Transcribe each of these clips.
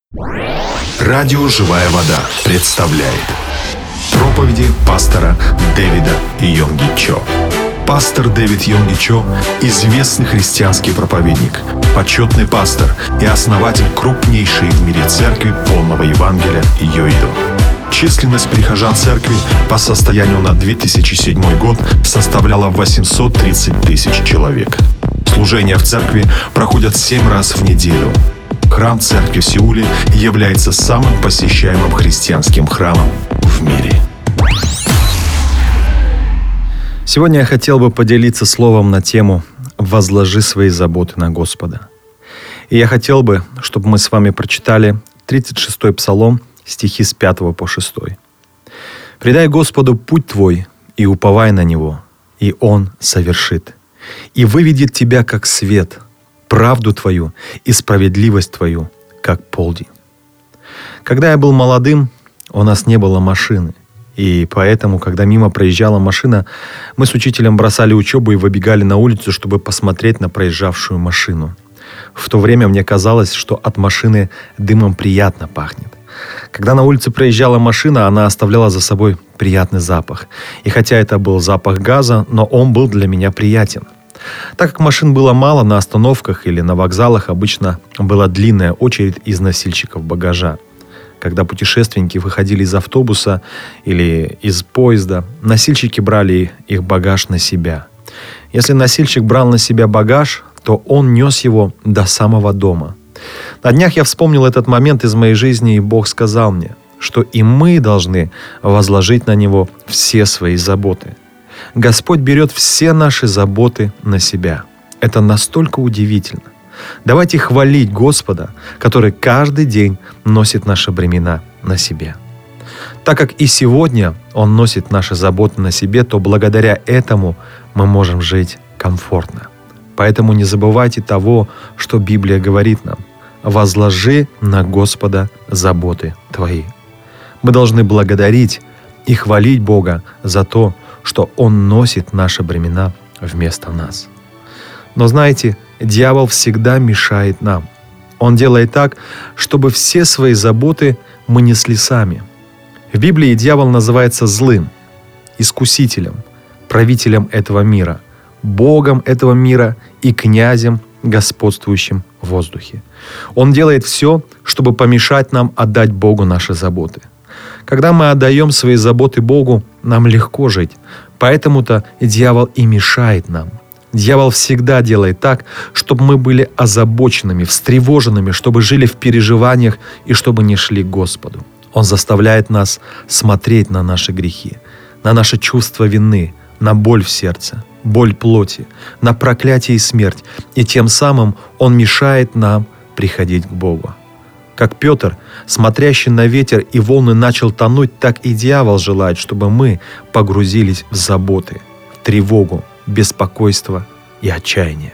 Радио «Живая вода» представляет проповеди пастора Дэвида Йонги Чо. Пастор Дэвид Йонги Чо – известный христианский проповедник, почетный пастор и основатель крупнейшей в мире церкви полного Евангелия Йоидо. Численность прихожан церкви по состоянию на 2007 год составляла 830 тысяч человек. Служения в церкви проходят 7 раз в неделю. Храм церкви в Сеуле является самым посещаемым христианским храмом в мире. Сегодня я хотел бы поделиться словом на тему «Возложи свои заботы на Господа». И я хотел бы, чтобы мы с вами прочитали 36-й Псалом, стихи с 5 по 6. «Предай Господу путь твой, и уповай на Него, и Он совершит, и выведет тебя, как свет, правду твою и справедливость твою, как полдень». Когда я был молодым, у нас не было машины. И поэтому, когда мимо проезжала машина, мы с учителем бросали учебу и выбегали на улицу, чтобы посмотреть на проезжавшую машину. В то время мне казалось, что от машины дымом приятно пахнет. Когда на улице проезжала машина, она оставляла за собой приятный запах. И хотя это был запах газа, но он был для меня приятен. Так как машин было мало, на остановках или на вокзалах обычно была длинная очередь из носильщиков багажа. Когда путешественники выходили из автобуса или из поезда, носильщики брали их багаж на себя. Если носильщик брал на себя багаж, то он нес его до самого дома. На днях я вспомнил этот момент из моей жизни, и Бог сказал мне, что и мы должны возложить на Него все свои заботы. Господь берет все наши заботы на себя. Это настолько удивительно. Давайте хвалить Господа, который каждый день носит наши бремена на себе. Так как и сегодня Он носит наши заботы на себе, то благодаря этому мы можем жить комфортно. Поэтому не забывайте того, что Библия говорит нам. «Возложи на Господа заботы твои». Мы должны благодарить и хвалить Бога за то, что Он носит наши бремена вместо нас. Но знаете, дьявол всегда мешает нам. Он делает так, чтобы все свои заботы мы несли сами. В Библии дьявол называется злым, искусителем, правителем этого мира, богом этого мира и князем, господствующим в воздухе. Он делает все, чтобы помешать нам отдать Богу наши заботы. Когда мы отдаем свои заботы Богу, нам легко жить. Поэтому-то дьявол и мешает нам. Дьявол всегда делает так, чтобы мы были озабоченными, встревоженными, чтобы жили в переживаниях и чтобы не шли к Господу. Он заставляет нас смотреть на наши грехи, на наше чувство вины, на боль в сердце, боль плоти, на проклятие и смерть. И тем самым он мешает нам приходить к Богу. Как Петр, смотрящий на ветер и волны, начал тонуть, так и дьявол желает, чтобы мы погрузились в заботы, в тревогу, беспокойство и отчаяние.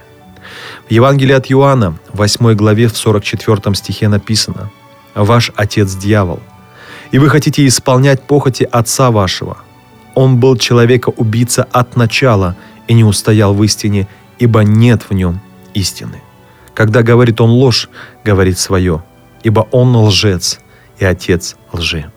В Евангелии от Иоанна, 8 главе, в 44 стихе написано: «Ваш отец дьявол, и вы хотите исполнять похоти отца вашего. Он был человека-убийца от начала и не устоял в истине, ибо нет в нем истины. Когда говорит он ложь, говорит свое, ибо он лжец и отец лжи».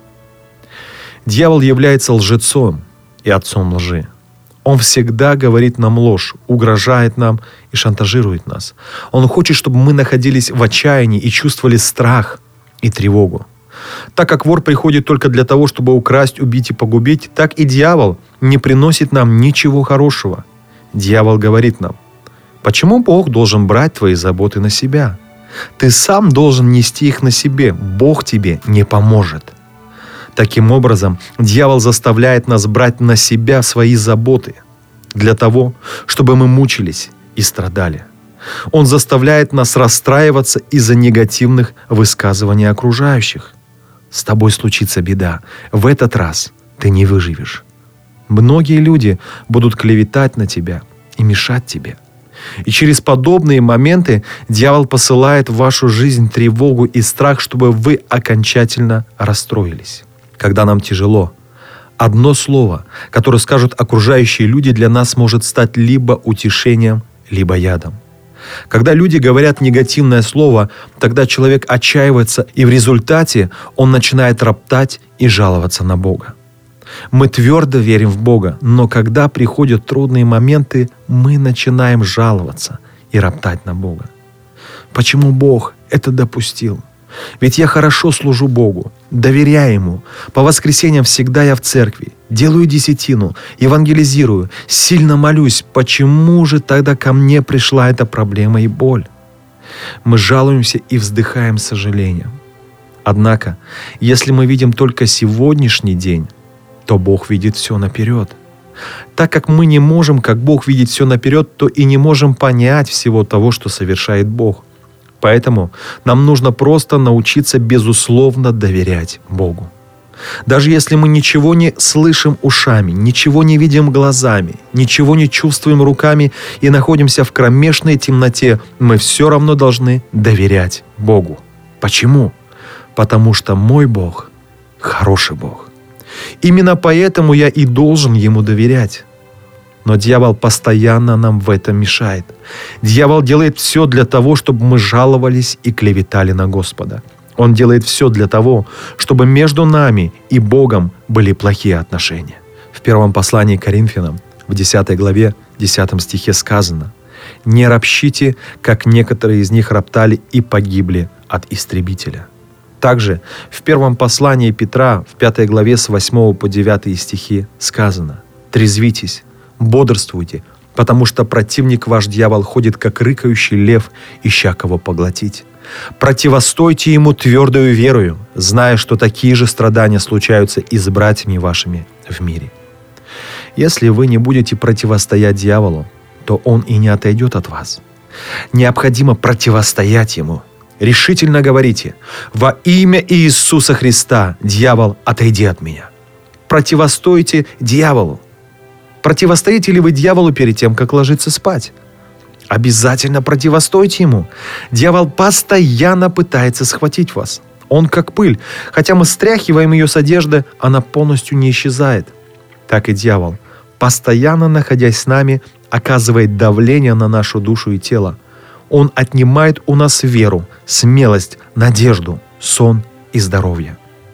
Дьявол является лжецом и отцом лжи. Он всегда говорит нам ложь, угрожает нам и шантажирует нас. Он хочет, чтобы мы находились в отчаянии и чувствовали страх и тревогу. Так как вор приходит только для того, чтобы украсть, убить и погубить, так и дьявол не приносит нам ничего хорошего. Дьявол говорит нам: «Почему Бог должен брать твои заботы на себя? Ты сам должен нести их на себе, Бог тебе не поможет». Таким образом, дьявол заставляет нас брать на себя свои заботы для того, чтобы мы мучились и страдали. Он заставляет нас расстраиваться из-за негативных высказываний окружающих. С тобой случится беда. В этот раз ты не выживешь. Многие люди будут клеветать на тебя и мешать тебе. И через подобные моменты дьявол посылает в вашу жизнь тревогу и страх, чтобы вы окончательно расстроились. Когда нам тяжело, одно слово, которое скажут окружающие люди, для нас может стать либо утешением, либо ядом. Когда люди говорят негативное слово, тогда человек отчаивается, и в результате он начинает роптать и жаловаться на Бога. Мы твердо верим в Бога, но когда приходят трудные моменты, мы начинаем жаловаться и роптать на Бога. Почему Бог это допустил? Ведь я хорошо служу Богу, доверяю Ему. По воскресеньям всегда я в церкви, делаю десятину, евангелизирую, сильно молюсь. Почему же тогда ко мне пришла эта проблема и боль? Мы жалуемся и вздыхаем с сожалением. Однако, если мы видим только сегодняшний день, то Бог видит все наперед. Так как мы не можем, как Бог, видеть все наперед, то и не можем понять всего того, что совершает Бог. Поэтому нам нужно просто научиться безусловно доверять Богу. Даже если мы ничего не слышим ушами, ничего не видим глазами, ничего не чувствуем руками и находимся в кромешной темноте, мы все равно должны доверять Богу. Почему? Потому что мой Бог – хороший Бог. Именно поэтому я и должен Ему доверять. Но дьявол постоянно нам в этом мешает. Дьявол делает все для того, чтобы мы жаловались и клеветали на Господа. Он делает все для того, чтобы между нами и Богом были плохие отношения. В первом послании к Коринфянам, в 10 главе, 10 стихе сказано: «Не ропщите, как некоторые из них роптали и погибли от истребителя». Также в первом послании Петра, в 5 главе с 8 по 9 стихи сказано: «Трезвитесь, бодрствуйте, потому что противник ваш дьявол ходит, как рыкающий лев, ища кого поглотить. Противостойте ему твердою верою, зная, что такие же страдания случаются и с братьями вашими в мире». Если вы не будете противостоять дьяволу, то он и не отойдет от вас. Необходимо противостоять ему. Решительно говорите: «Во имя Иисуса Христа, дьявол, отойди от меня». Противостойте дьяволу. Противостоите ли вы дьяволу перед тем, как ложиться спать? Обязательно противостойте ему. Дьявол постоянно пытается схватить вас. Он как пыль. Хотя мы стряхиваем ее с одежды, она полностью не исчезает. Так и дьявол, постоянно находясь с нами, оказывает давление на нашу душу и тело. Он отнимает у нас веру, смелость, надежду, сон и здоровье.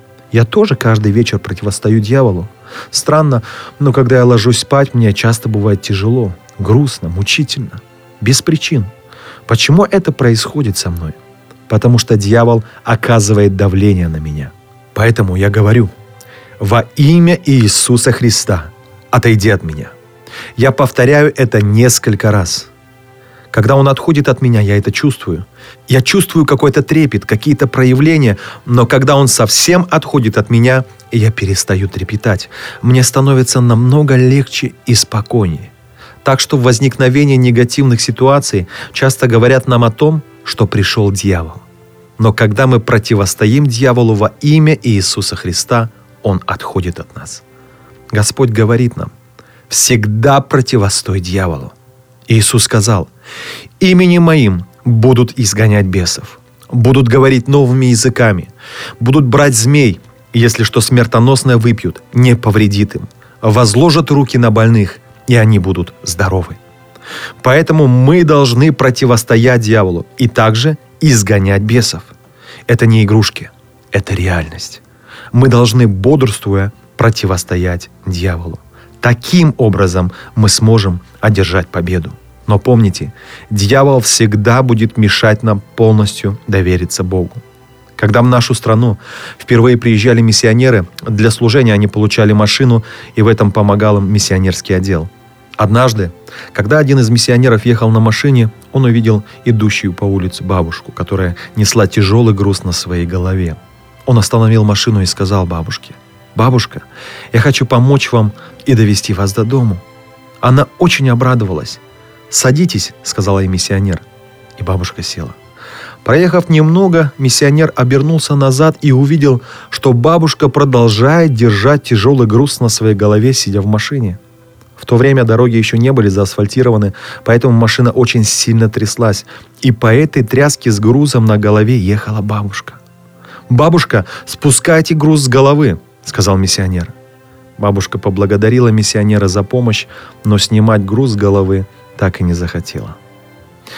Я тоже каждый вечер противостою дьяволу. Странно, но когда я ложусь спать, мне часто бывает тяжело, грустно, мучительно, без причин. Почему это происходит со мной? Потому что дьявол оказывает давление на меня. Поэтому я говорю: «Во имя Иисуса Христа, отойди от меня». Я повторяю это несколько раз. Когда он отходит от меня, я это чувствую. Я чувствую какой-то трепет, какие-то проявления, но когда он совсем отходит от меня, я перестаю трепетать. Мне становится намного легче и спокойнее. Так что в возникновении негативных ситуаций часто говорят нам о том, что пришел дьявол. Но когда мы противостоим дьяволу во имя Иисуса Христа, он отходит от нас. Господь говорит нам: всегда противостой дьяволу. Иисус сказал: «Именем Моим будут изгонять бесов, будут говорить новыми языками, будут брать змей, и если что смертоносное выпьют, не повредит им, возложат руки на больных, и они будут здоровы». Поэтому мы должны противостоять дьяволу и также изгонять бесов. Это не игрушки, это реальность. Мы должны, бодрствуя, противостоять дьяволу. Таким образом мы сможем одержать победу. Но помните, дьявол всегда будет мешать нам полностью довериться Богу. Когда в нашу страну впервые приезжали миссионеры, для служения они получали машину, и в этом помогал им миссионерский отдел. Однажды, когда один из миссионеров ехал на машине, он увидел идущую по улице бабушку, которая несла тяжелый груз на своей голове. Он остановил машину и сказал бабушке: «Бабушка, я хочу помочь вам и довести вас до дому». Она очень обрадовалась. «Садитесь», — сказала ей миссионер. И бабушка села. Проехав немного, миссионер обернулся назад и увидел, что бабушка продолжает держать тяжелый груз на своей голове, сидя в машине. В то время дороги еще не были заасфальтированы, поэтому машина очень сильно тряслась, и по этой тряске с грузом на голове ехала бабушка. «Бабушка, спускайте груз с головы», — сказал миссионер. Бабушка поблагодарила миссионера за помощь, но снимать груз с головы так и не захотела.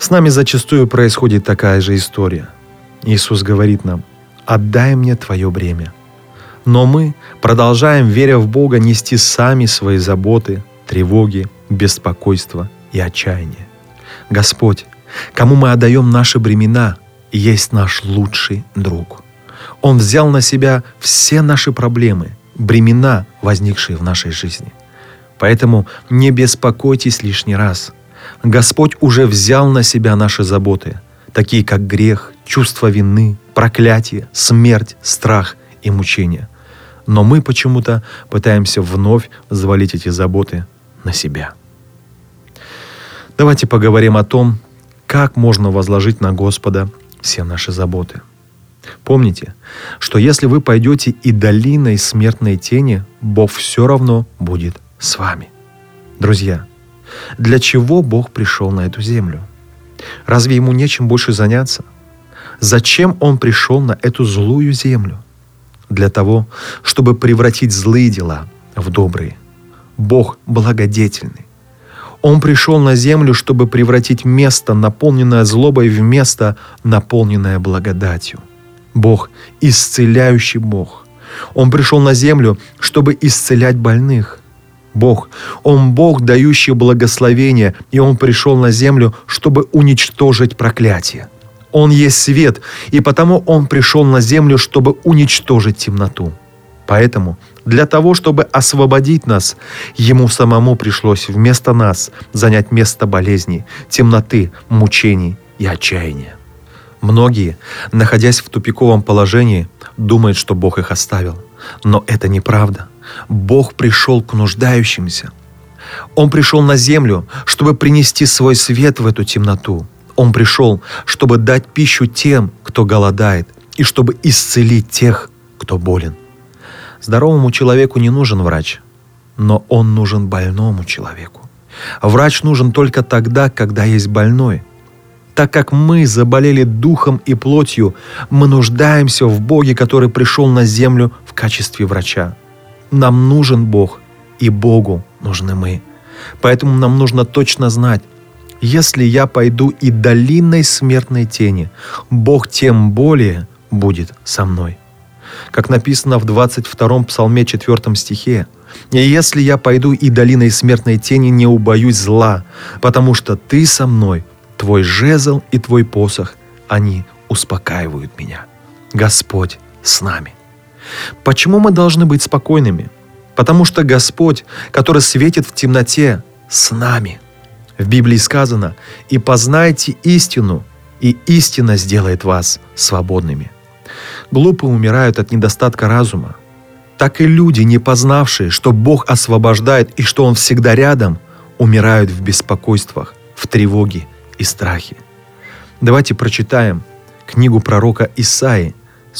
С нами зачастую происходит такая же история. Иисус говорит нам: «Отдай мне твое бремя». Но мы продолжаем, веря в Бога, нести сами свои заботы, тревоги, беспокойство и отчаяние. Господь, кому мы отдаем наши бремена, есть наш лучший друг. Он взял на себя все наши проблемы, бремена, возникшие в нашей жизни. Поэтому не беспокойтесь лишний раз. Господь уже взял на себя наши заботы, такие как грех, чувство вины, проклятие, смерть, страх и мучения. Но мы почему-то пытаемся вновь взвалить эти заботы на себя. Давайте поговорим о том, как можно возложить на Господа все наши заботы. Помните, что если вы пойдете и долиной смертной тени, Бог все равно будет с вами. Друзья, для чего Бог пришел на эту землю? Разве Ему нечем больше заняться? Зачем Он пришел на эту злую землю? Для того, чтобы превратить злые дела в добрые. Бог благодетельный. Он пришел на землю, чтобы превратить место, наполненное злобой, в место, наполненное благодатью. Бог – исцеляющий Бог. Он пришел на землю, чтобы исцелять больных. Бог, Он Бог, дающий благословение, и Он пришел на землю, чтобы уничтожить проклятие. Он есть свет, и потому Он пришел на землю, чтобы уничтожить темноту. Поэтому для того, чтобы освободить нас, Ему самому пришлось вместо нас занять место болезни, темноты, мучений и отчаяния. Многие, находясь в тупиковом положении, думают, что Бог их оставил. Но это неправда. Бог пришел к нуждающимся. Он пришел на землю, чтобы принести свой свет в эту темноту. Он пришел, чтобы дать пищу тем, кто голодает, и чтобы исцелить тех, кто болен. Здоровому человеку не нужен врач, но он нужен больному человеку. Врач нужен только тогда, когда есть больной. Так как мы заболели духом и плотью, мы нуждаемся в Боге, который пришел на землю в качестве врача. Нам нужен Бог, и Богу нужны мы. Поэтому нам нужно точно знать, если я пойду и долиной смертной тени, Бог тем более будет со мной. Как написано в 22-м псалме 4 стихе: «И если я пойду и долиной смертной тени, не убоюсь зла, потому что Ты со мной, Твой жезл и Твой посох, они успокаивают меня». Господь с нами. Почему мы должны быть спокойными? Потому что Господь, который светит в темноте, с нами. В Библии сказано: «И познайте истину, и истина сделает вас свободными». Глупые умирают от недостатка разума. Так и люди, не познавшие, что Бог освобождает и что Он всегда рядом, умирают в беспокойствах, в тревоге и страхе. Давайте прочитаем книгу пророка Исаии,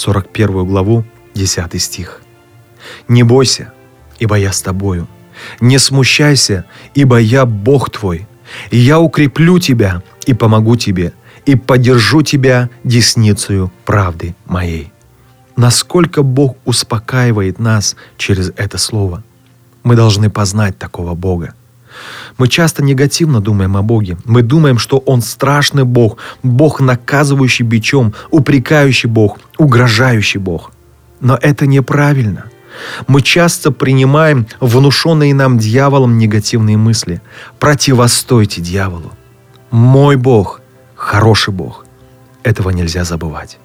41 главу, 10 стих. «Не бойся, ибо я с тобою. Не смущайся, ибо я Бог твой. И я укреплю тебя и помогу тебе, и поддержу тебя десницею правды моей». Насколько Бог успокаивает нас через это слово. Мы должны познать такого Бога. Мы часто негативно думаем о Боге. Мы думаем, что Он страшный Бог, Бог, наказывающий бичом, упрекающий Бог, угрожающий Бог. Но это неправильно. Мы часто принимаем внушенные нам дьяволом негативные мысли. Противостойте дьяволу. Мой Бог – хороший Бог. Этого нельзя забывать.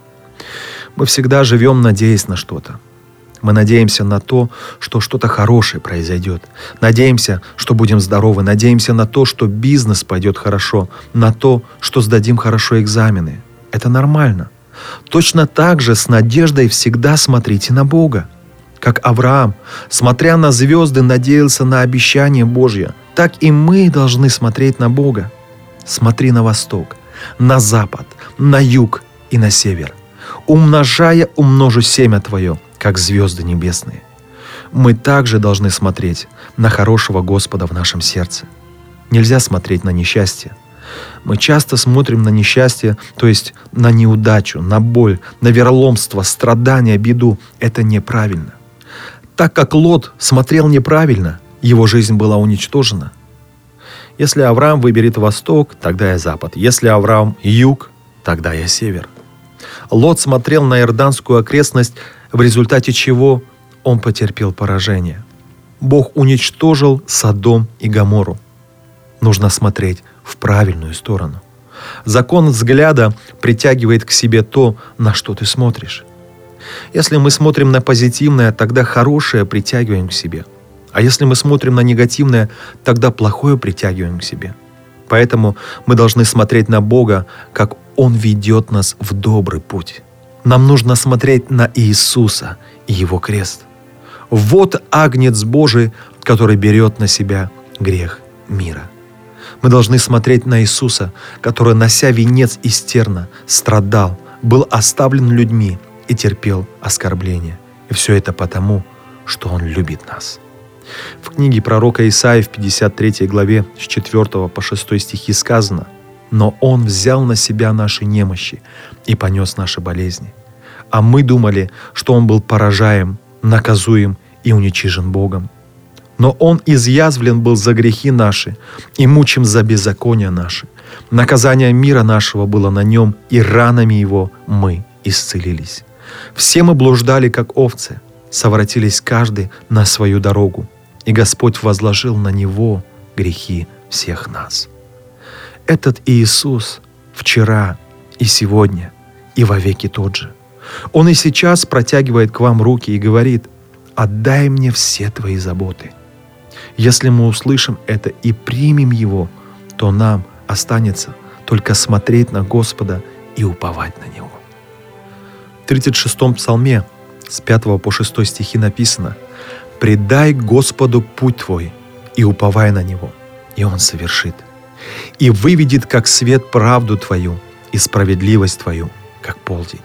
Мы всегда живем, надеясь на что-то. Мы надеемся на то, что что-то хорошее произойдет. Надеемся, что будем здоровы. Надеемся на то, что бизнес пойдет хорошо. На то, что сдадим хорошо экзамены. Это нормально. Точно так же с надеждой всегда смотрите на Бога. Как Авраам, смотря на звезды, надеялся на обещание Божье, так и мы должны смотреть на Бога. Смотри на восток, на запад, на юг и на север. Умножая, умножу семя твое, как звезды небесные. Мы также должны смотреть на хорошего Господа в нашем сердце. Нельзя смотреть на несчастье. Мы часто смотрим на несчастье, то есть на неудачу, на боль, на вероломство, страдания, беду. Это неправильно. Так как Лот смотрел неправильно, его жизнь была уничтожена. Если Авраам выберет восток, тогда я запад. Если Авраам юг, тогда я север. Лот смотрел на иорданскую окрестность, в результате чего он потерпел поражение. Бог уничтожил Содом и Гоморру. Нужно смотреть в правильную сторону. Закон взгляда притягивает к себе то, на что ты смотришь. Если мы смотрим на позитивное, тогда хорошее притягиваем к себе. А если мы смотрим на негативное, тогда плохое притягиваем к себе. Поэтому мы должны смотреть на Бога, как Он ведет нас в добрый путь. Нам нужно смотреть на Иисуса и Его крест. Вот Агнец Божий, который берет на себя грех мира. Мы должны смотреть на Иисуса, который, нося венец из терна, страдал, был оставлен людьми и терпел оскорбления. И все это потому, что Он любит нас. В книге пророка Исаии в 53 главе с 4 по 6 стихи сказано: «Но Он взял на себя наши немощи и понес наши болезни. А мы думали, что Он был поражаем, наказуем и уничижен Богом. Но Он изъязвлен был за грехи наши и мучим за беззакония наши. Наказание мира нашего было на Нем, и ранами Его мы исцелились. Все мы блуждали, как овцы, совратились каждый на свою дорогу, и Господь возложил на Него грехи всех нас». Этот Иисус вчера и сегодня и вовеки тот же. Он и сейчас протягивает к вам руки и говорит: «Отдай мне все твои заботы». Если мы услышим это и примем Его, то нам останется только смотреть на Господа и уповать на Него. В 36-м псалме с 5 по 6 стихи написано: «Предай Господу путь твой и уповай на Него, и Он совершит, и выведет как свет правду твою и справедливость твою, как полдень».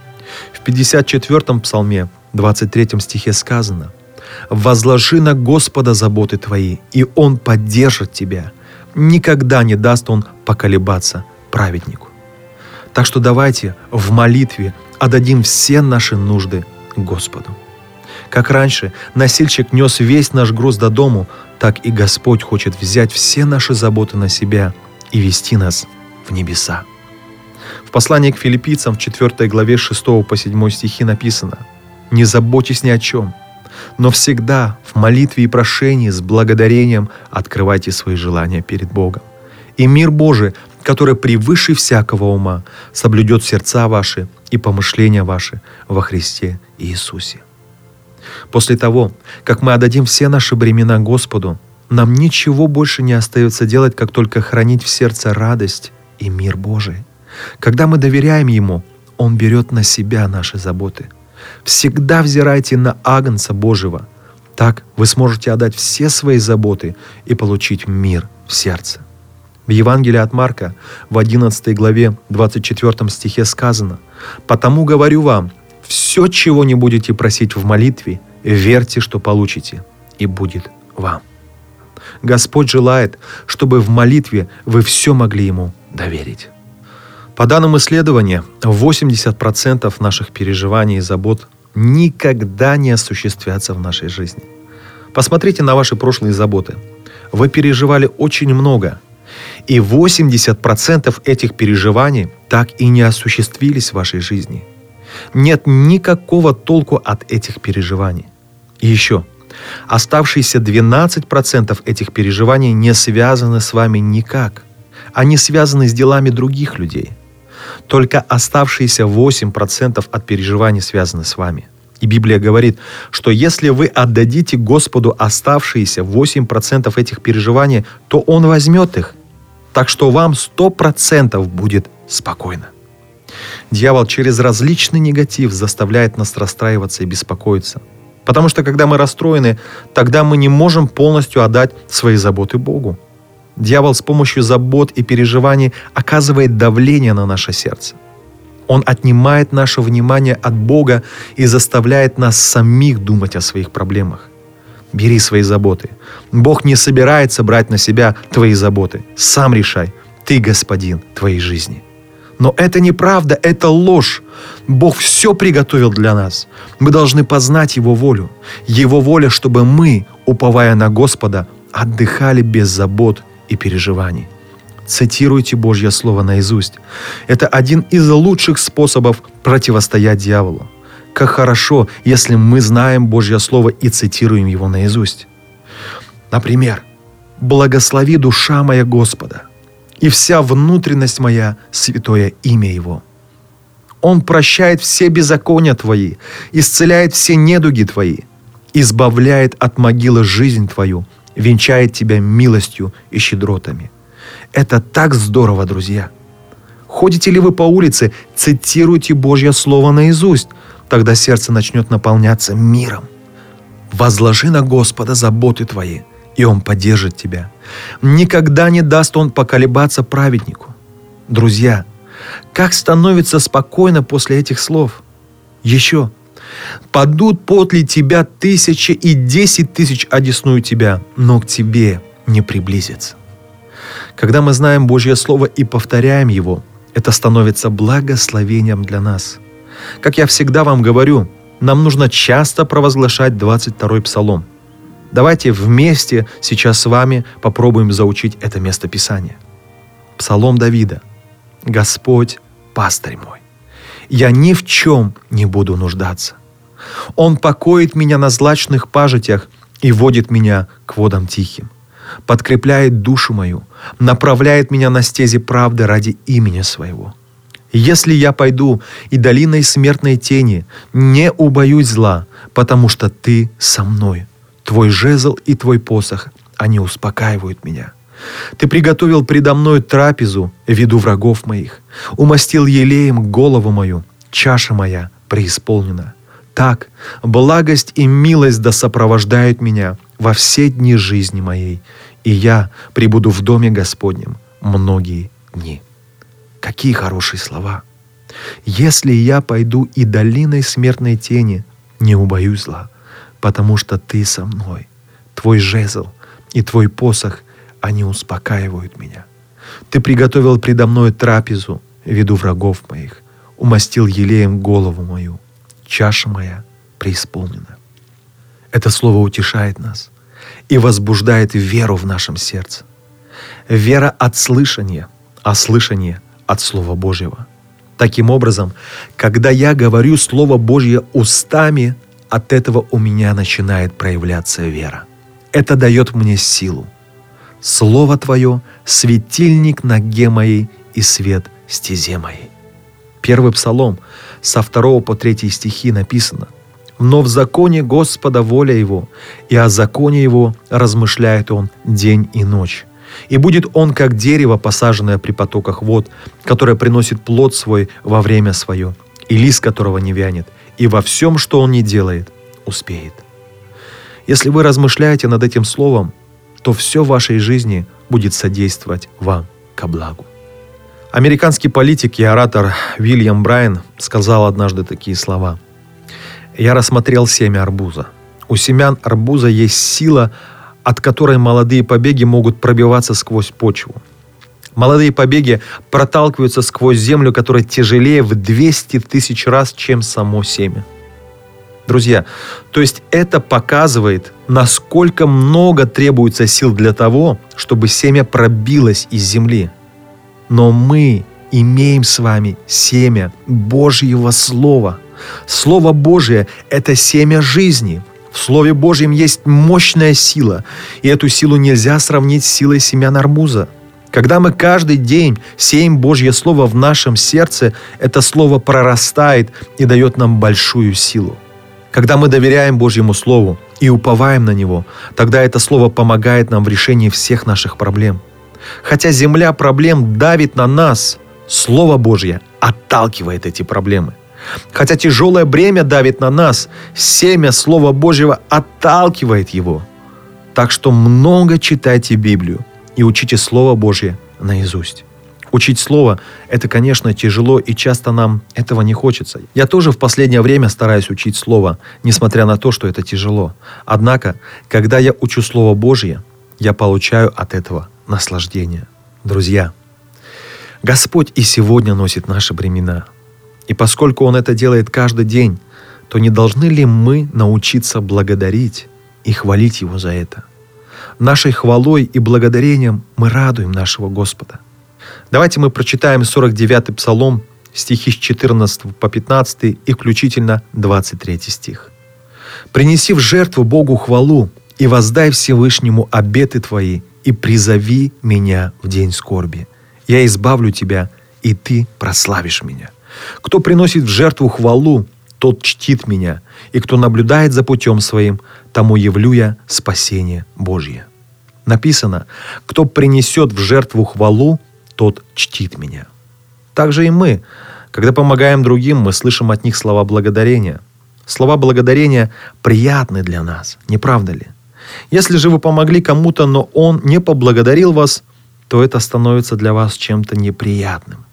В 54-м псалме, 23 стихе сказано: «Возложи на Господа заботы твои, и Он поддержит тебя. Никогда не даст Он поколебаться праведнику». Так что давайте в молитве отдадим все наши нужды Господу. Как раньше носильщик нес весь наш груз до дому, так и Господь хочет взять все наши заботы на себя и вести нас в небеса. В послании к Филиппийцам в 4 главе 6 по 7 стихи написано: «Не заботьтесь ни о чем, но всегда в молитве и прошении с благодарением открывайте свои желания перед Богом. И мир Божий, который превыше всякого ума, соблюдет сердца ваши и помышления ваши во Христе Иисусе». После того, как мы отдадим все наши бремена Господу, нам ничего больше не остается делать, как только хранить в сердце радость и мир Божий. Когда мы доверяем Ему, Он берет на себя наши заботы. Всегда взирайте на Агнца Божьего. Так вы сможете отдать все свои заботы и получить мир в сердце. В Евангелии от Марка в 11 главе 24 стихе сказано: «Потому говорю вам, все, чего не будете просить в молитве, верьте, что получите, и будет вам». Господь желает, чтобы в молитве вы все могли Ему доверить. По данным исследования, 80% наших переживаний и забот никогда не осуществятся в нашей жизни. Посмотрите на ваши прошлые заботы. Вы переживали очень много, и 80% этих переживаний так и не осуществились в вашей жизни. Нет никакого толку от этих переживаний. И еще, оставшиеся 12% этих переживаний не связаны с вами никак. Они связаны с делами других людей. Только оставшиеся 8% от переживаний связаны с вами. И Библия говорит, что если вы отдадите Господу оставшиеся 8% этих переживаний, то Он возьмет их. Так что вам 100% будет спокойно. Дьявол через различный негатив заставляет нас расстраиваться и беспокоиться. Потому что когда мы расстроены, тогда мы не можем полностью отдать свои заботы Богу. Дьявол с помощью забот и переживаний оказывает давление на наше сердце. Он отнимает наше внимание от Бога и заставляет нас самих думать о своих проблемах. Бери свои заботы. Бог не собирается брать на себя твои заботы. Сам решай. Ты господин твоей жизни. Но это неправда, это ложь. Бог все приготовил для нас. Мы должны познать Его волю. Его воля, чтобы мы, уповая на Господа, отдыхали без забот и переживаний. Цитируйте Божье Слово наизусть. Это один из лучших способов противостоять дьяволу. Как хорошо, если мы знаем Божье Слово и цитируем его наизусть. Например, «Благослови душа моя Господа, и вся внутренность моя святое имя Его. Он прощает все беззакония твои, исцеляет все недуги твои, избавляет от могилы жизнь твою, венчает тебя милостью и щедротами». Это так здорово, друзья! Ходите ли вы по улице, цитируйте Божье Слово наизусть, тогда сердце начнет наполняться миром. Возложи на Господа заботы твои, и Он поддержит тебя. Никогда не даст Он поколебаться праведнику. Друзья, как становится спокойно после этих слов? Еще. «Падут подле тебя 1000 и 10 000 одесную тебя, но к тебе не приблизится». Когда мы знаем Божье Слово и повторяем его, это становится благословением для нас. Как я всегда вам говорю, нам нужно часто провозглашать 22-й Псалом. Давайте вместе сейчас с вами попробуем заучить это местописание. Псалом Давида. «Господь, пастырь мой, я ни в чем не буду нуждаться. Он покоит меня на злачных пажитях и водит меня к водам тихим. Подкрепляет душу мою, направляет меня на стези правды ради имени Своего. Если я пойду и долиной смертной тени, не убоюсь зла, потому что Ты со мной. Твой жезл и Твой посох, они успокаивают меня. Ты приготовил предо мною трапезу в виду врагов моих, умастил елеем голову мою, чаша моя преисполнена. Так, благость и милость да сопровождают меня во все дни жизни моей, и я пребуду в доме Господнем многие дни». Какие хорошие слова! «Если я пойду и долиной смертной тени, не убоюсь зла, потому что Ты со мной. Твой жезл и Твой посох, они успокаивают меня. Ты приготовил предо мною трапезу в виду врагов моих, умастил елеем голову мою, чаша моя преисполнена». Это слово утешает нас и возбуждает веру в нашем сердце. Вера от слышания, а слышание от Слова Божьего. Таким образом, когда я говорю Слово Божье устами, от этого у меня начинает проявляться вера. Это дает мне силу. Слово Твое — светильник ноге моей и свет стезе моей. Первый Псалом со 2 по 3 стихи написано: «Но в законе Господа воля Его, и о законе Его размышляет Он день и ночь. И будет он, как дерево, посаженное при потоках вод, которое приносит плод свой во время свое, и лист которого не вянет, и во всем, что он не делает, успеет». Если вы размышляете над этим словом, то все в вашей жизни будет содействовать вам ко благу. Американский политик и оратор Уильям Брайан сказал однажды такие слова: «Я рассмотрел семя арбуза. У семян арбуза есть сила, от которой молодые побеги могут пробиваться сквозь почву. Молодые побеги проталкиваются сквозь землю, которая тяжелее в 200 000 раз, чем само семя». Друзья, то есть это показывает, насколько много требуется сил для того, чтобы семя пробилось из земли. Но мы имеем с вами семя Божьего Слова. Слово Божие – это семя жизни. В Слове Божьем есть мощная сила, и эту силу нельзя сравнить с силой семян арбуза. Когда мы каждый день сеем Божье Слово в нашем сердце, это Слово прорастает и дает нам большую силу. Когда мы доверяем Божьему Слову и уповаем на Него, тогда это Слово помогает нам в решении всех наших проблем. Хотя земля проблем давит на нас, Слово Божье отталкивает эти проблемы. Хотя тяжелое бремя давит на нас, семя Слова Божьего отталкивает его. Так что много читайте Библию и учите Слово Божье наизусть. Учить Слово – это, конечно, тяжело, и часто нам этого не хочется. Я тоже в последнее время стараюсь учить Слово, несмотря на то, что это тяжело. Однако, когда я учу Слово Божье, я получаю от этого наслаждение. Друзья, Господь и сегодня носит наши бремена. И поскольку Он это делает каждый день, то не должны ли мы научиться благодарить и хвалить Его за это? Нашей хвалой и благодарением мы радуем нашего Господа. Давайте мы прочитаем 49-й Псалом, стихи с 14 по 15 и включительно 23 стих. «Принеси в жертву Богу хвалу и воздай Всевышнему обеты твои, и призови меня в день скорби. Я избавлю тебя, и ты прославишь меня. Кто приносит в жертву хвалу, тот чтит меня, и кто наблюдает за путем своим, тому явлю я спасение Божье». Написано: «Кто принесет в жертву хвалу, тот чтит меня». Также и мы, когда помогаем другим, мы слышим от них слова благодарения. Слова благодарения приятны для нас, не правда ли? Если же вы помогли кому-то, но он не поблагодарил вас, то это становится для вас чем-то неприятным.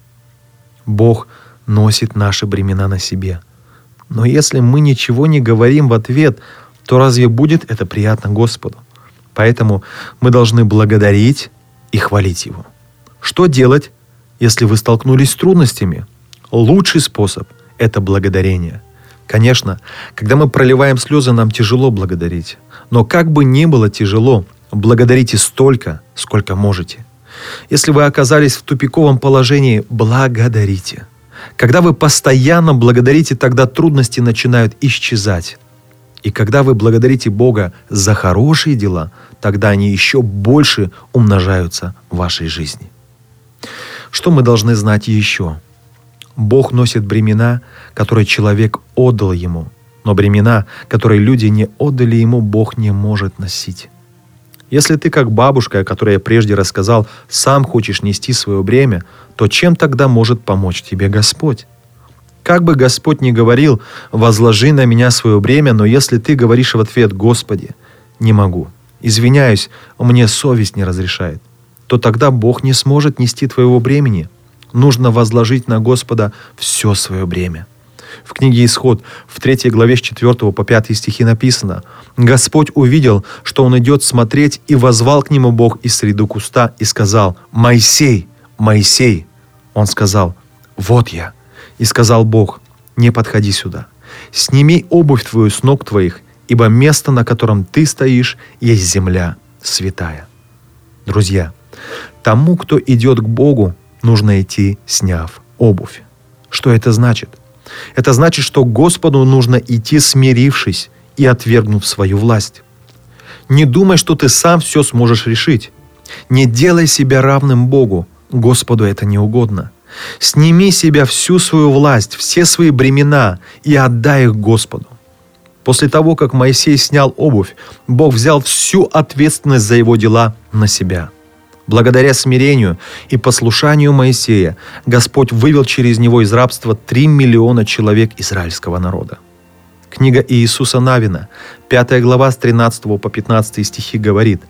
Бог носит наши бремена на себе. Но если мы ничего не говорим в ответ, то разве будет это приятно Господу? Поэтому мы должны благодарить и хвалить Его. Что делать, если вы столкнулись с трудностями? Лучший способ – это благодарение. Конечно, когда мы проливаем слезы, нам тяжело благодарить. Но как бы ни было тяжело, благодарите столько, сколько можете. Если вы оказались в тупиковом положении, благодарите. Когда вы постоянно благодарите, тогда трудности начинают исчезать. И когда вы благодарите Бога за хорошие дела, тогда они еще больше умножаются в вашей жизни. Что мы должны знать еще? Бог носит бремена, которые человек отдал Ему, но бремена, которые люди не отдали Ему, Бог не может носить. Если ты, как бабушка, о которой я прежде рассказал, сам хочешь нести свое бремя, то чем тогда может помочь тебе Господь? Как бы Господь ни говорил: «Возложи на меня свое бремя», но если ты говоришь в ответ: «Господи, не могу, извиняюсь, мне совесть не разрешает», то тогда Бог не сможет нести твоего бремени. Нужно возложить на Господа все свое бремя. В книге «Исход» в 3 главе с 4 по 5 стихи написано: «Господь увидел, что он идет смотреть, и воззвал к нему Бог из среды куста и сказал: Моисей, Моисей!» Он сказал: «Вот я». И сказал Бог: «Не подходи сюда. Сними обувь твою с ног твоих, ибо место, на котором ты стоишь, есть земля святая». Друзья, тому, кто идет к Богу, нужно идти, сняв обувь. Что это значит? Это значит, что к Господу нужно идти, смирившись и отвергнув свою власть. Не думай, что ты сам все сможешь решить. Не делай себя равным Богу. Господу это не угодно. Сними с себя всю свою власть, все свои бремена и отдай их Господу. После того, как Моисей снял обувь, Бог взял всю ответственность за его дела на себя. Благодаря смирению и послушанию Моисея Господь вывел через него из рабства 3 миллиона человек израильского народа. Книга Иисуса Навина, 5 глава с 13 по 15 стихи говорит: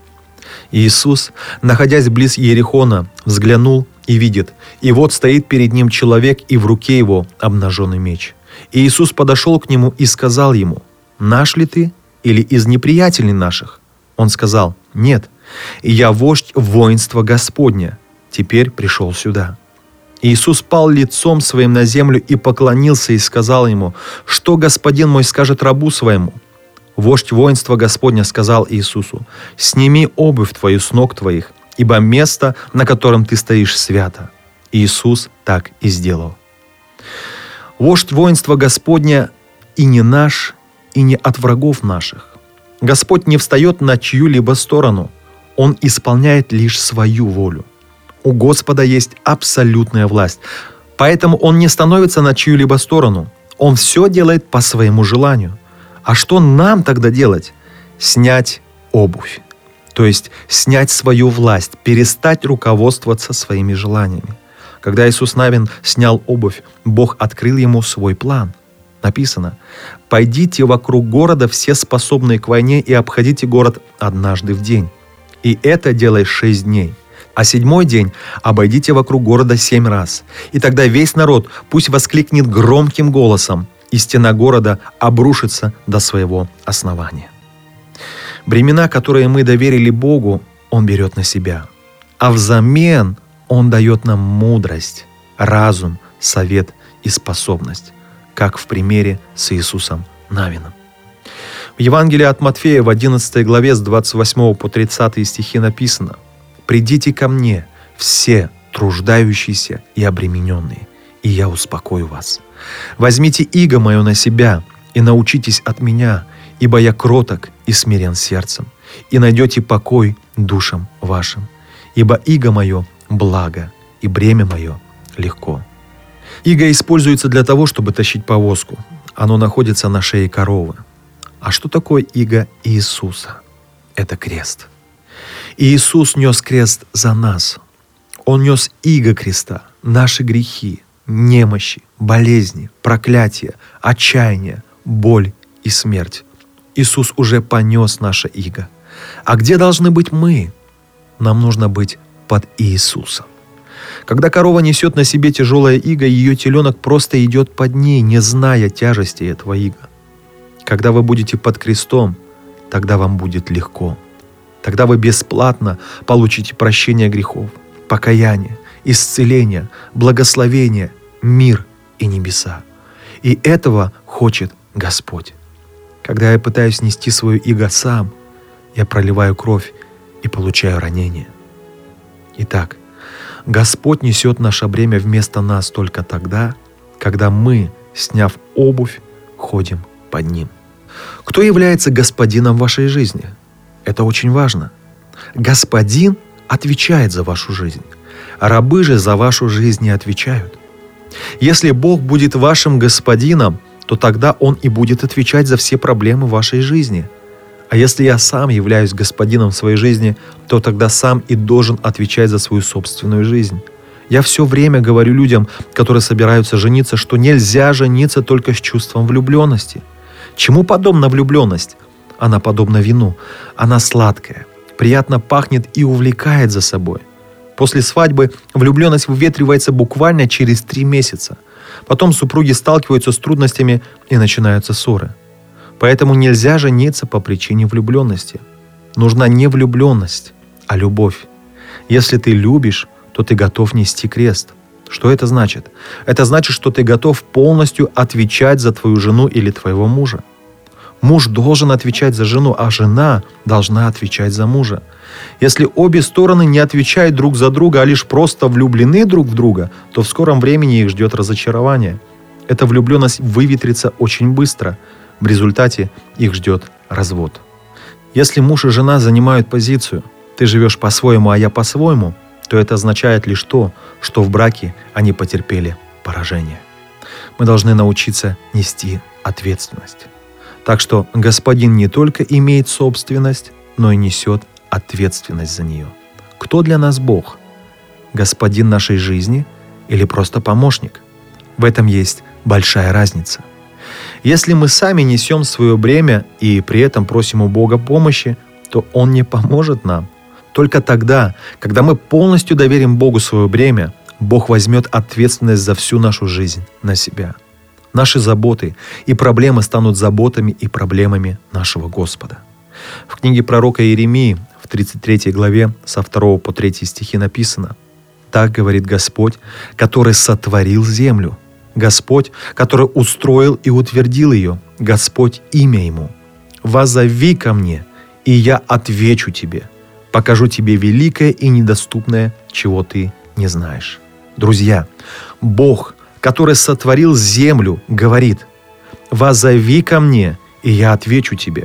«Иисус, находясь близ Иерихона, взглянул и видит, и вот стоит перед ним человек, и в руке его обнаженный меч. И Иисус подошел к нему и сказал ему: „Наш ли ты или из неприятелей наших?“ Он сказал: „Нет, и я вождь воинства Господня, теперь пришел сюда“. Иисус пал лицом своим на землю и поклонился и сказал ему: „Что господин мой скажет рабу своему?“ Вождь воинства Господня сказал Иисусу: „Сними обувь твою с ног твоих, ибо место, на котором ты стоишь, свято“. Иисус так и сделал. Вождь воинства Господня и не наш, и не от врагов наших. Господь не встает на чью-либо сторону. Он исполняет лишь свою волю. У Господа есть абсолютная власть, поэтому Он не становится на чью-либо сторону. Он все делает по своему желанию. А что нам тогда делать? Снять обувь. То есть снять свою власть, перестать руководствоваться своими желаниями. Когда Иисус Навин снял обувь, Бог открыл ему свой план. Написано: «Пойдите вокруг города все способные к войне и обходите город однажды в день. И это делай 6 дней. А 7-й день обойдите вокруг города 7 раз. И тогда весь народ пусть воскликнет громким голосом, и стена города обрушится до своего основания». Бремена, которые мы доверили Богу, Он берет на себя. А взамен Он дает нам мудрость, разум, совет и способность, как в примере с Иисусом Навином. В В Евангелии от Матфея в 11 главе с 28 по 30 стихи написано: «Придите ко мне, все труждающиеся и обремененные, и я успокою вас. Возьмите иго мое на себя и научитесь от меня, ибо я кроток и смирен сердцем, и найдете покой душам вашим. Ибо иго мое благо, и бремя мое легко». Иго используется для того, чтобы тащить повозку. Оно находится на шее коровы. А что такое иго Иисуса? Это крест. И Иисус нес крест за нас. Он нес иго креста, наши грехи, немощи, болезни, проклятия, отчаяние, боль и смерть. Иисус уже понес наше иго. А где должны быть мы? Нам нужно быть под Иисусом. Когда корова несет на себе тяжелое иго, ее теленок просто идет под ней, не зная тяжести этого ига. Когда вы будете под крестом, тогда вам будет легко. Тогда вы бесплатно получите прощение грехов, покаяние, исцеление, благословение, мир и небеса. И этого хочет Господь. Когда я пытаюсь нести свое иго сам, я проливаю кровь и получаю ранение. Итак, Господь несет наше бремя вместо нас только тогда, когда мы, сняв обувь, ходим под Ним. Кто является господином вашей жизни? Это очень важно. Господин отвечает за вашу жизнь. Рабы же за вашу жизнь не отвечают. Если Бог будет вашим господином, то тогда Он и будет отвечать за все проблемы вашей жизни. А если я сам являюсь господином своей жизни, то тогда сам и должен отвечать за свою собственную жизнь. Я все время говорю людям, которые собираются жениться, что нельзя жениться только с чувством влюбленности. Чему подобна влюбленность? Она подобна вину. Она сладкая, приятно пахнет и увлекает за собой. После свадьбы влюбленность выветривается буквально через 3 месяца. Потом супруги сталкиваются с трудностями и начинаются ссоры. Поэтому нельзя жениться по причине влюбленности. Нужна не влюбленность, а любовь. Если ты любишь, то ты готов нести крест. Что это значит? Это значит, что ты готов полностью отвечать за твою жену или твоего мужа. Муж должен отвечать за жену, а жена должна отвечать за мужа. Если обе стороны не отвечают друг за друга, а лишь просто влюблены друг в друга, то в скором времени их ждет разочарование. Эта влюбленность выветрится очень быстро. В результате их ждет развод. Если муж и жена занимают позицию «ты живешь по-своему, а я по-своему», то это означает лишь то, что в браке они потерпели поражение. Мы должны научиться нести ответственность. Так что Господин не только имеет собственность, но и несет ответственность за нее. Кто для нас Бог? Господин нашей жизни или просто помощник? В этом есть большая разница. Если мы сами несем свое бремя и при этом просим у Бога помощи, то Он не поможет нам. Только тогда, когда мы полностью доверим Богу свое бремя, Бог возьмет ответственность за всю нашу жизнь на себя. Наши заботы и проблемы станут заботами и проблемами нашего Господа. В книге пророка Иеремии в 33 главе со 2 по 3 стихи написано: «Так говорит Господь, который сотворил землю, Господь, который устроил и утвердил ее, Господь имя Ему. Воззови ко мне, и я отвечу тебе, покажу тебе великое и недоступное, чего ты не знаешь». Друзья, Бог, который сотворил землю, говорит: «Воззови ко мне, и я отвечу тебе».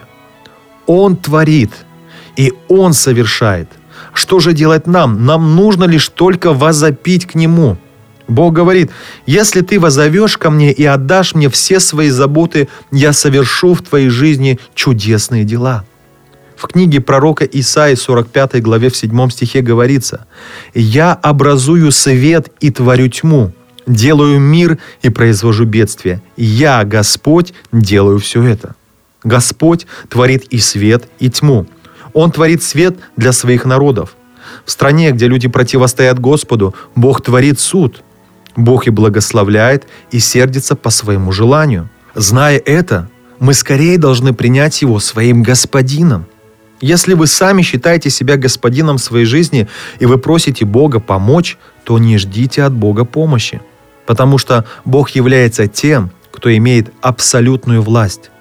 Он творит, и Он совершает. Что же делать нам? Нам нужно лишь только воззопить к Нему. Бог говорит: «Если ты воззовешь ко мне и отдашь мне все свои заботы, я совершу в твоей жизни чудесные дела». В книге пророка Исаии 45 главе в 7 стихе говорится: «Я образую свет и творю тьму, делаю мир и произвожу бедствие. Я, Господь, делаю все это». Господь творит и свет, и тьму. Он творит свет для своих народов. В стране, где люди противостоят Господу, Бог творит суд. Бог и благословляет, и сердится по своему желанию. Зная это, мы скорее должны принять Его своим господином. Если вы сами считаете себя господином своей жизни, и вы просите Бога помочь, то не ждите от Бога помощи. Потому что Бог является тем, кто имеет абсолютную власть.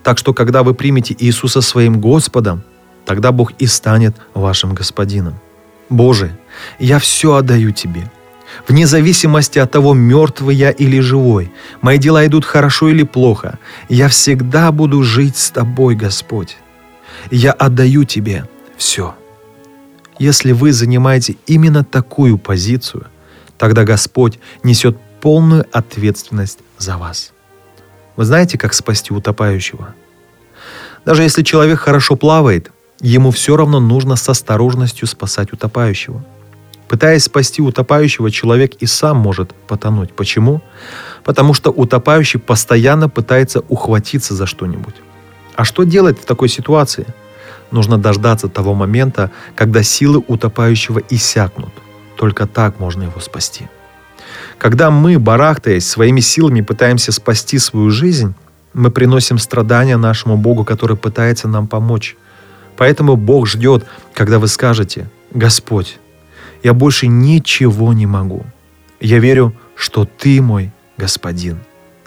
Так что, когда вы примете Иисуса своим Господом, тогда Бог и станет вашим Господином. Боже, я все отдаю Тебе. Вне зависимости от того, мертвый я или живой, мои дела идут хорошо или плохо, я всегда буду жить с Тобой, Господь. Я отдаю Тебе все. Если вы занимаете именно такую позицию, тогда Господь несет полную ответственность за вас. Вы знаете, как спасти утопающего? Даже если человек хорошо плавает, ему все равно нужно с осторожностью спасать утопающего. Пытаясь спасти утопающего, человек и сам может потонуть. Почему? Потому что утопающий постоянно пытается ухватиться за что-нибудь. А что делать в такой ситуации? Нужно дождаться того момента, когда силы утопающего иссякнут. Только так можно его спасти. Когда мы, барахтаясь, своими силами пытаемся спасти свою жизнь, мы приносим страдания нашему Богу, который пытается нам помочь. Поэтому Бог ждет, когда вы скажете: «Господь, я больше ничего не могу. Я верю, что Ты мой Господин».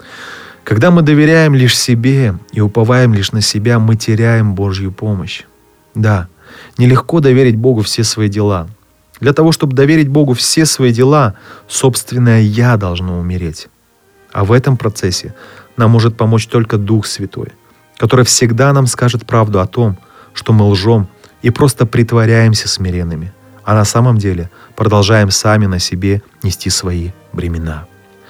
Когда мы доверяем лишь себе и уповаем лишь на себя, мы теряем Божью помощь. Да, нелегко доверить Богу все свои дела. Для того, чтобы доверить Богу все свои дела, собственное «я» должно умереть. А в этом процессе нам может помочь только Дух Святой, который всегда нам скажет правду о том, что мы лжем и просто притворяемся смиренными, а на самом деле продолжаем сами на себе нести свои бремена.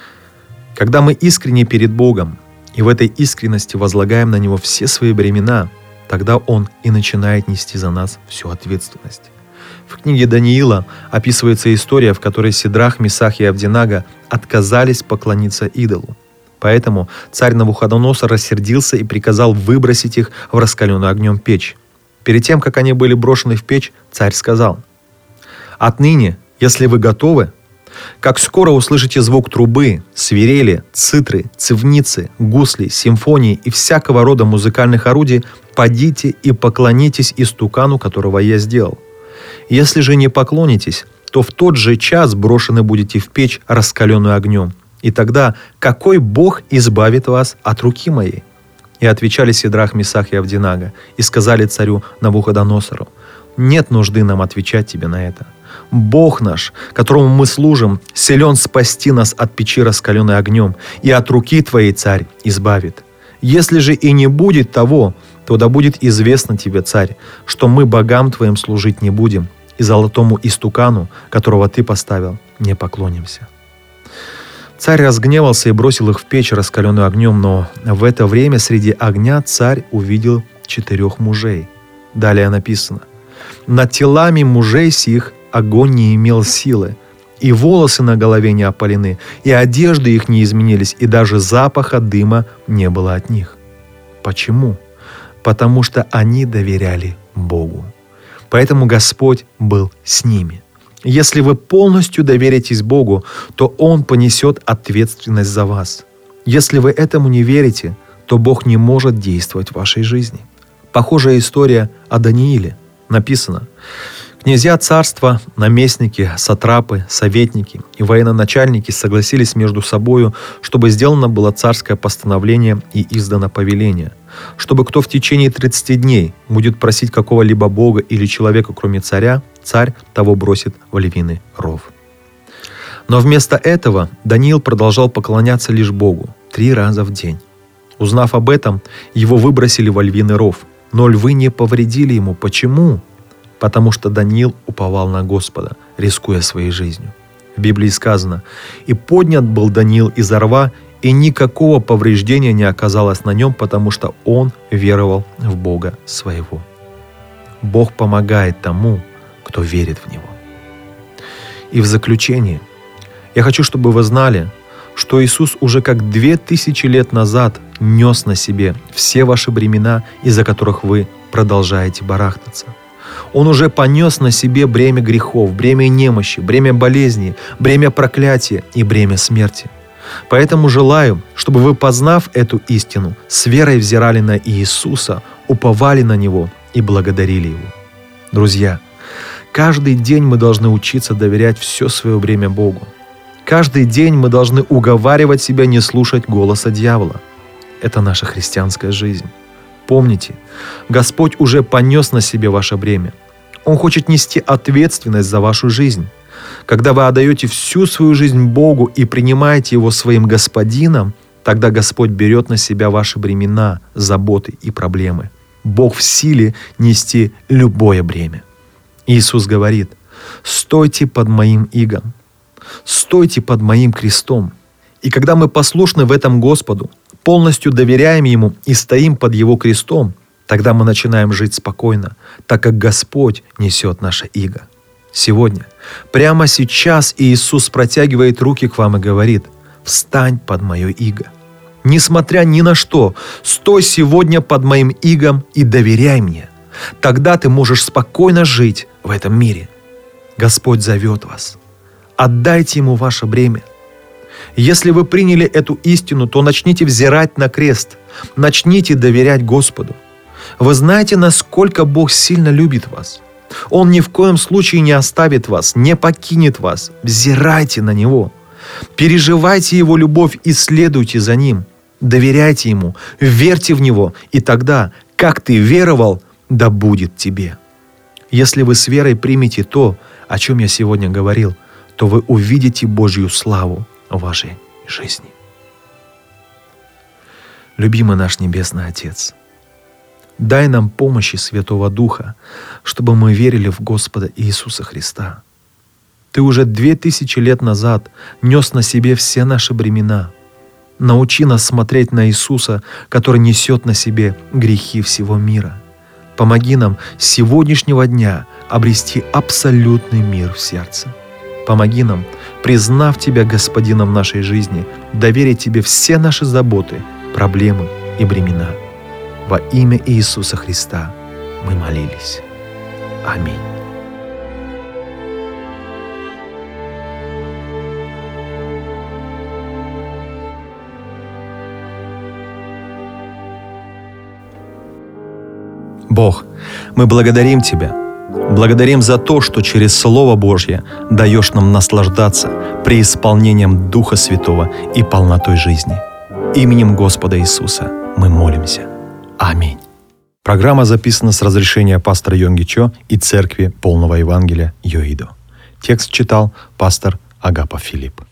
Когда мы искренне перед Богом и в этой искренности возлагаем на Него все свои бремена, тогда Он и начинает нести за нас всю ответственность. В книге Даниила описывается история, в которой Сидрах, Месах и Авденаго отказались поклониться идолу. Поэтому царь Навуходоносор рассердился и приказал выбросить их в раскаленную огнем печь. Перед тем, как они были брошены в печь, царь сказал: «Отныне, если вы готовы, как скоро услышите звук трубы, свирели, цитры, цивницы, гусли, симфонии и всякого рода музыкальных орудий, подите и поклонитесь истукану, которого я сделал. Если же не поклонитесь, то в тот же час брошены будете в печь, раскаленную огнем. И тогда какой Бог избавит вас от руки моей?» И отвечали Сидрах, Месах и Авденаго, и сказали царю Навуходоносору: «Нет нужды нам отвечать тебе на это. Бог наш, которому мы служим, силен спасти нас от печи, раскаленной огнем, и от руки твоей, царь, избавит. Если же и не будет того, то да будет известно тебе, царь, что мы богам твоим служить не будем, и золотому истукану, которого ты поставил, не поклонимся». Царь разгневался и бросил их в печь, раскаленную огнем, но в это время среди огня царь увидел 4 мужей. Далее написано: «Над телами мужей сих огонь не имел силы, и волосы на голове не опалены, и одежды их не изменились, и даже запаха дыма не было от них». Почему? Потому что они доверяли Богу. Поэтому Господь был с ними. Если вы полностью доверитесь Богу, то Он понесет ответственность за вас. Если вы этому не верите, то Бог не может действовать в вашей жизни. Похожая история о Данииле. Написано: «Князья царства, наместники, сатрапы, советники и военачальники согласились между собою, чтобы сделано было царское постановление и издано повеление, чтобы кто в течение 30 дней будет просить какого-либо бога или человека, кроме царя, царь того бросит в львиный ров». Но вместо этого Даниил продолжал поклоняться лишь Богу 3 раза в день. Узнав об этом, его выбросили во львиный ров, но львы не повредили ему. Почему? Потому что Даниил уповал на Господа, рискуя своей жизнью. В Библии сказано: «И поднят был Даниил из рва, и никакого повреждения не оказалось на нем, потому что он веровал в Бога своего». Бог помогает тому, кто верит в Него. И в заключение, я хочу, чтобы вы знали, что Иисус уже как 2000 лет назад нес на себе все ваши бремена, из-за которых вы продолжаете барахтаться. Он уже понес на себе бремя грехов, бремя немощи, бремя болезни, бремя проклятия и бремя смерти. Поэтому желаю, чтобы вы, познав эту истину, с верой взирали на Иисуса, уповали на Него и благодарили Его. Друзья, каждый день мы должны учиться доверять все свое время Богу. Каждый день мы должны уговаривать себя не слушать голоса дьявола. Это наша христианская жизнь. Помните, Господь уже понес на себе ваше бремя. Он хочет нести ответственность за вашу жизнь. Когда вы отдаете всю свою жизнь Богу и принимаете Его своим Господином, тогда Господь берет на себя ваши бремена, заботы и проблемы. Бог в силе нести любое бремя. Иисус говорит: «Стойте под моим игом, стойте под моим крестом». И когда мы послушны в этом Господу, полностью доверяем Ему и стоим под Его крестом, тогда мы начинаем жить спокойно, так как Господь несет наше иго. Сегодня, прямо сейчас Иисус протягивает руки к вам и говорит: «Встань под мое иго». Несмотря ни на что, стой сегодня под моим игом и доверяй мне. Тогда ты можешь спокойно жить в этом мире. Господь зовет вас. Отдайте Ему ваше бремя. Если вы приняли эту истину, то начните взирать на крест. Начните доверять Господу. Вы знаете, насколько Бог сильно любит вас. Он ни в коем случае не оставит вас, не покинет вас. Взирайте на Него. Переживайте Его любовь и следуйте за Ним. Доверяйте Ему, верьте в Него, и тогда, как ты веровал, да будет тебе. Если вы с верой примете то, о чем я сегодня говорил, то вы увидите Божью славу в вашей жизни. Любимый наш Небесный Отец, дай нам помощи Святого Духа, чтобы мы верили в Господа Иисуса Христа. Ты уже 2000 лет назад нес на себе все наши бремена. Научи нас смотреть на Иисуса, который несет на себе грехи всего мира. Помоги нам с сегодняшнего дня обрести абсолютный мир в сердце. Помоги нам, признав Тебя Господином нашей жизни, доверить Тебе все наши заботы, проблемы и бремена. Во имя Иисуса Христа мы молились. Аминь. Бог, мы благодарим Тебя. Благодарим за то, что через Слово Божье даешь нам наслаждаться преисполнением Духа Святого и полнотой жизни. Именем Господа Иисуса мы молимся. Аминь. Программа записана с разрешения пастора Йонги Чо и Церкви Полного Евангелия Йоидо. Текст читал пастор Агапов Филипп.